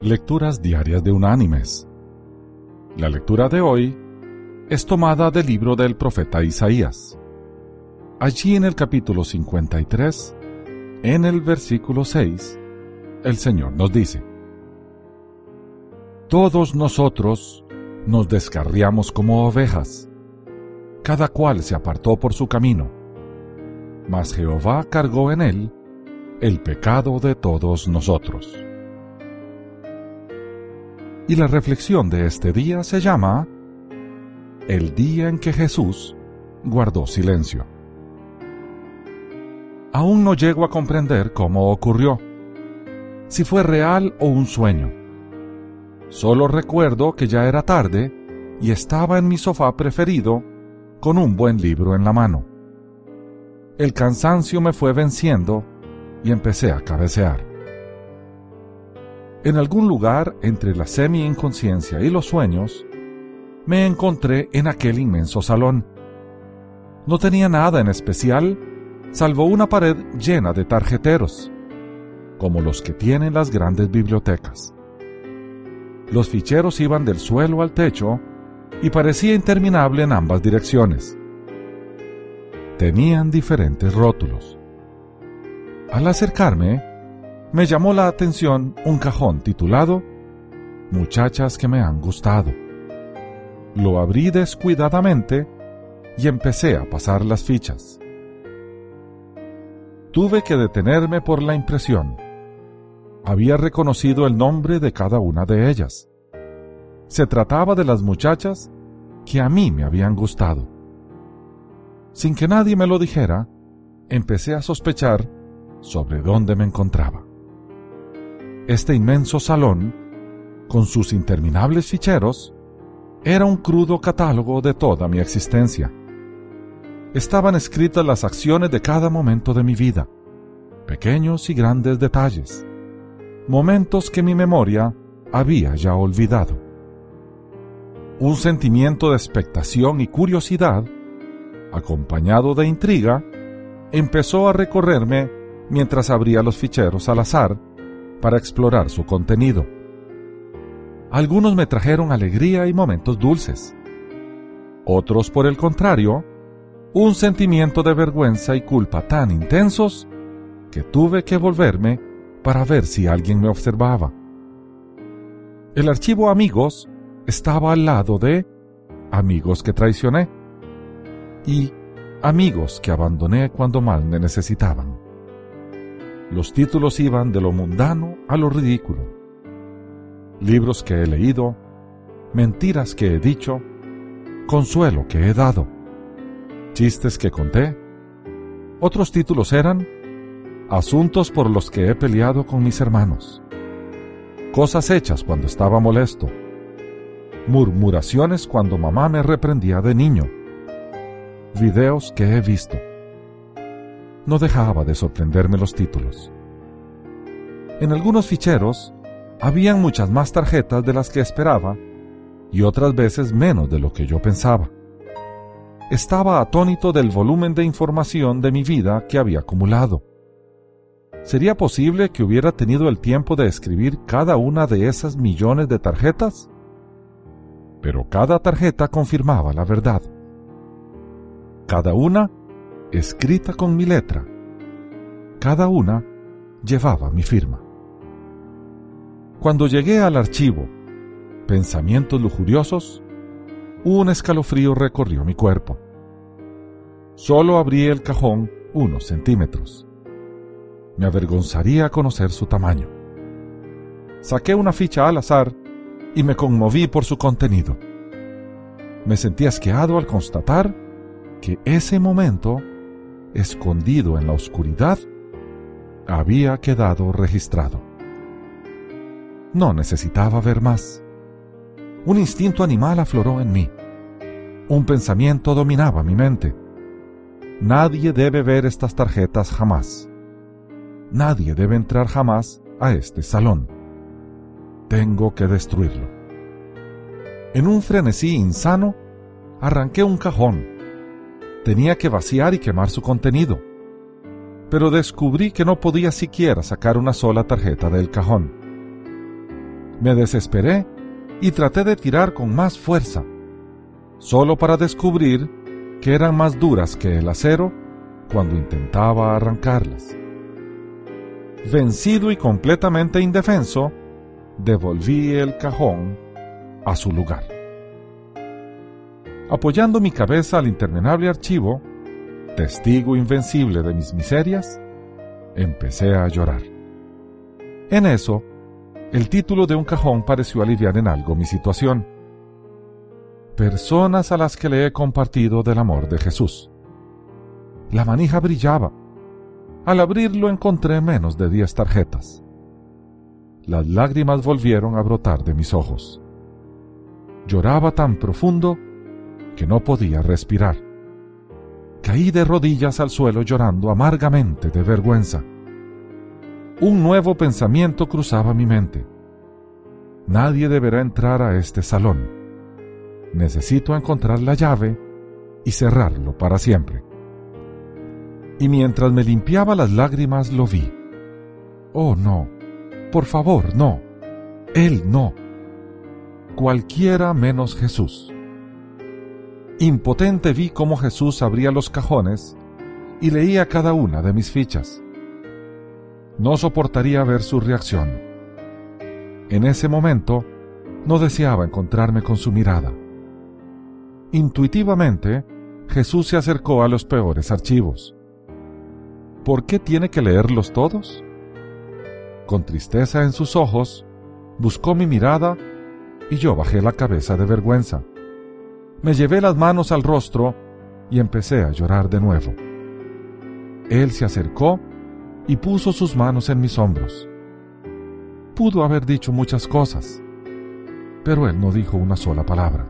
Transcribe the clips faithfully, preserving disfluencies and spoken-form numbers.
Lecturas diarias de Unánimes. La lectura de hoy es tomada del libro del profeta Isaías. Allí en el capítulo cincuenta y tres, en el versículo seis, el Señor nos dice: Todos nosotros nos descarriamos como ovejas, cada cual se apartó por su camino, mas Jehová cargó en él el pecado de todos nosotros. Y la reflexión de este día se llama El día en que Jesús guardó silencio. Aún no llego a comprender cómo ocurrió, si fue real o un sueño. Solo recuerdo que ya era tarde y estaba en mi sofá preferido con un buen libro en la mano. El cansancio me fue venciendo y empecé a cabecear. En algún lugar entre la semi-inconsciencia y los sueños, me encontré en aquel inmenso salón. No tenía nada en especial, salvo una pared llena de tarjeteros, como los que tienen las grandes bibliotecas. Los ficheros iban del suelo al techo y parecía interminable en ambas direcciones. Tenían diferentes rótulos. Al acercarme, me llamó la atención un cajón titulado Muchachas que me han gustado. Lo abrí descuidadamente y empecé a pasar las fichas. Tuve que detenerme por la impresión. Había reconocido el nombre de cada una de ellas. Se trataba de las muchachas que a mí me habían gustado. Sin que nadie me lo dijera, empecé a sospechar sobre dónde me encontraba. Este inmenso salón, con sus interminables ficheros, era un crudo catálogo de toda mi existencia. Estaban escritas las acciones de cada momento de mi vida, pequeños y grandes detalles, momentos que mi memoria había ya olvidado. Un sentimiento de expectación y curiosidad, acompañado de intriga, empezó a recorrerme mientras abría los ficheros al azar para explorar su contenido. Algunos me trajeron alegría y momentos dulces. Otros, por el contrario, un sentimiento de vergüenza y culpa tan intensos que tuve que volverme para ver si alguien me observaba. El archivo Amigos estaba al lado de Amigos que traicioné y Amigos que abandoné cuando más me necesitaban. Los títulos iban de lo mundano a lo ridículo. Libros que he leído, mentiras que he dicho, consuelo que he dado, chistes que conté. Otros títulos eran asuntos por los que he peleado con mis hermanos, cosas hechas cuando estaba molesto, murmuraciones cuando mamá me reprendía de niño, videos que he visto. No dejaba de sorprenderme los títulos. En algunos ficheros habían muchas más tarjetas de las que esperaba y otras veces menos de lo que yo pensaba. Estaba atónito del volumen de información de mi vida que había acumulado. ¿Sería posible que hubiera tenido el tiempo de escribir cada una de esas millones de tarjetas? Pero cada tarjeta confirmaba la verdad. Cada una escrita con mi letra. Cada una llevaba mi firma. Cuando llegué al archivo Pensamientos lujuriosos, un escalofrío recorrió mi cuerpo. Solo abrí el cajón unos centímetros. Me avergonzaría conocer su tamaño. Saqué una ficha al azar y me conmoví por su contenido. Me sentí asqueado al constatar que ese momento, escondido en la oscuridad, había quedado registrado. No necesitaba ver más. Un instinto animal afloró en mí. Un pensamiento dominaba mi mente. Nadie debe ver estas tarjetas jamás. Nadie debe entrar jamás a este salón. Tengo que destruirlo. En un frenesí insano, arranqué un cajón. Tenía que vaciar y quemar su contenido. Pero descubrí que no podía siquiera sacar una sola tarjeta del cajón. Me desesperé y traté de tirar con más fuerza, solo para descubrir que eran más duras que el acero cuando intentaba arrancarlas. Vencido y completamente indefenso, devolví el cajón a su lugar. Apoyando mi cabeza al interminable archivo, testigo invencible de mis miserias, empecé a llorar. En eso, el título de un cajón pareció aliviar en algo mi situación. Personas a las que le he compartido del amor de Jesús. La manija brillaba. Al abrirlo encontré menos de diez tarjetas. Las lágrimas volvieron a brotar de mis ojos. Lloraba tan profundo que no podía respirar. Caí de rodillas al suelo llorando amargamente de vergüenza. Un nuevo pensamiento cruzaba mi mente. Nadie deberá entrar a este salón. Necesito encontrar la llave y cerrarlo para siempre. Y mientras me limpiaba las lágrimas lo vi. Oh, no. Por favor, no. Él no. Cualquiera menos Jesús. Impotente vi cómo Jesús abría los cajones y leía cada una de mis fichas. No soportaría ver su reacción. En ese momento, no deseaba encontrarme con su mirada. Intuitivamente, Jesús se acercó a los peores archivos. ¿Por qué tiene que leerlos todos? Con tristeza en sus ojos, buscó mi mirada y yo bajé la cabeza de vergüenza. Me llevé las manos al rostro y empecé a llorar de nuevo. Él se acercó y puso sus manos en mis hombros. Pudo haber dicho muchas cosas, pero él no dijo una sola palabra.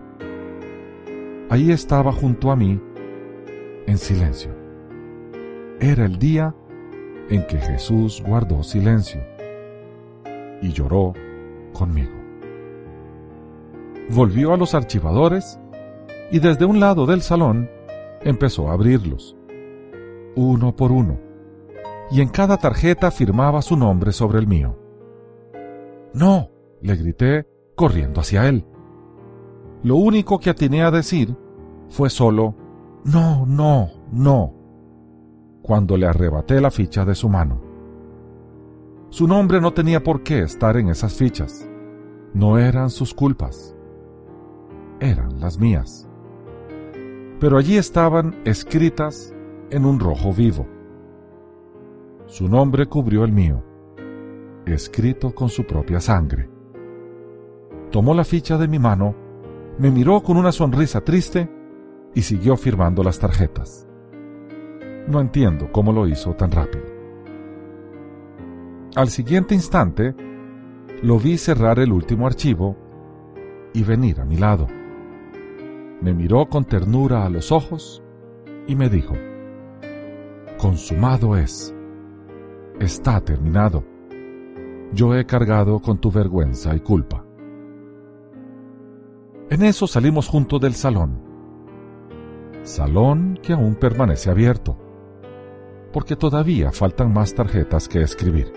Ahí estaba junto a mí, en silencio. Era el día en que Jesús guardó silencio y lloró conmigo. Volvió a los archivadores y desde un lado del salón empezó a abrirlos, uno por uno, y en cada tarjeta firmaba su nombre sobre el mío. ¡No!, le grité, corriendo hacia él. Lo único que atiné a decir fue solo «No, no, no», cuando le arrebaté la ficha de su mano. Su nombre no tenía por qué estar en esas fichas. No eran sus culpas. Eran las mías. Pero allí estaban escritas en un rojo vivo. Su nombre cubrió el mío, escrito con su propia sangre. Tomó la ficha de mi mano, me miró con una sonrisa triste y siguió firmando las tarjetas. No entiendo cómo lo hizo tan rápido. Al siguiente instante, lo vi cerrar el último archivo y venir a mi lado. Me miró con ternura a los ojos y me dijo: «Consumado es. Está terminado. Yo he cargado con tu vergüenza y culpa». En eso salimos juntos del salón. Salón que aún permanece abierto, porque todavía faltan más tarjetas que escribir.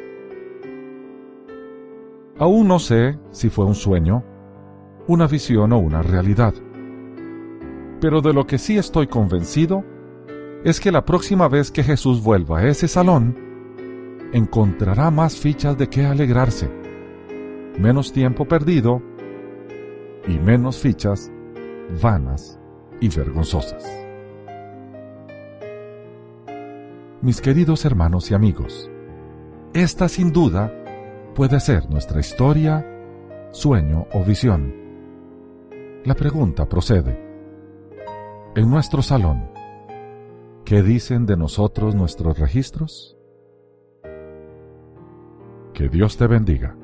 Aún no sé si fue un sueño, una visión o una realidad. Pero de lo que sí estoy convencido es que la próxima vez que Jesús vuelva a ese salón, encontrará más fichas de qué alegrarse, menos tiempo perdido y menos fichas vanas y vergonzosas. Mis queridos hermanos y amigos, esta sin duda puede ser nuestra historia, sueño o visión. La pregunta procede: en nuestro salón, ¿qué dicen de nosotros nuestros registros? Que Dios te bendiga.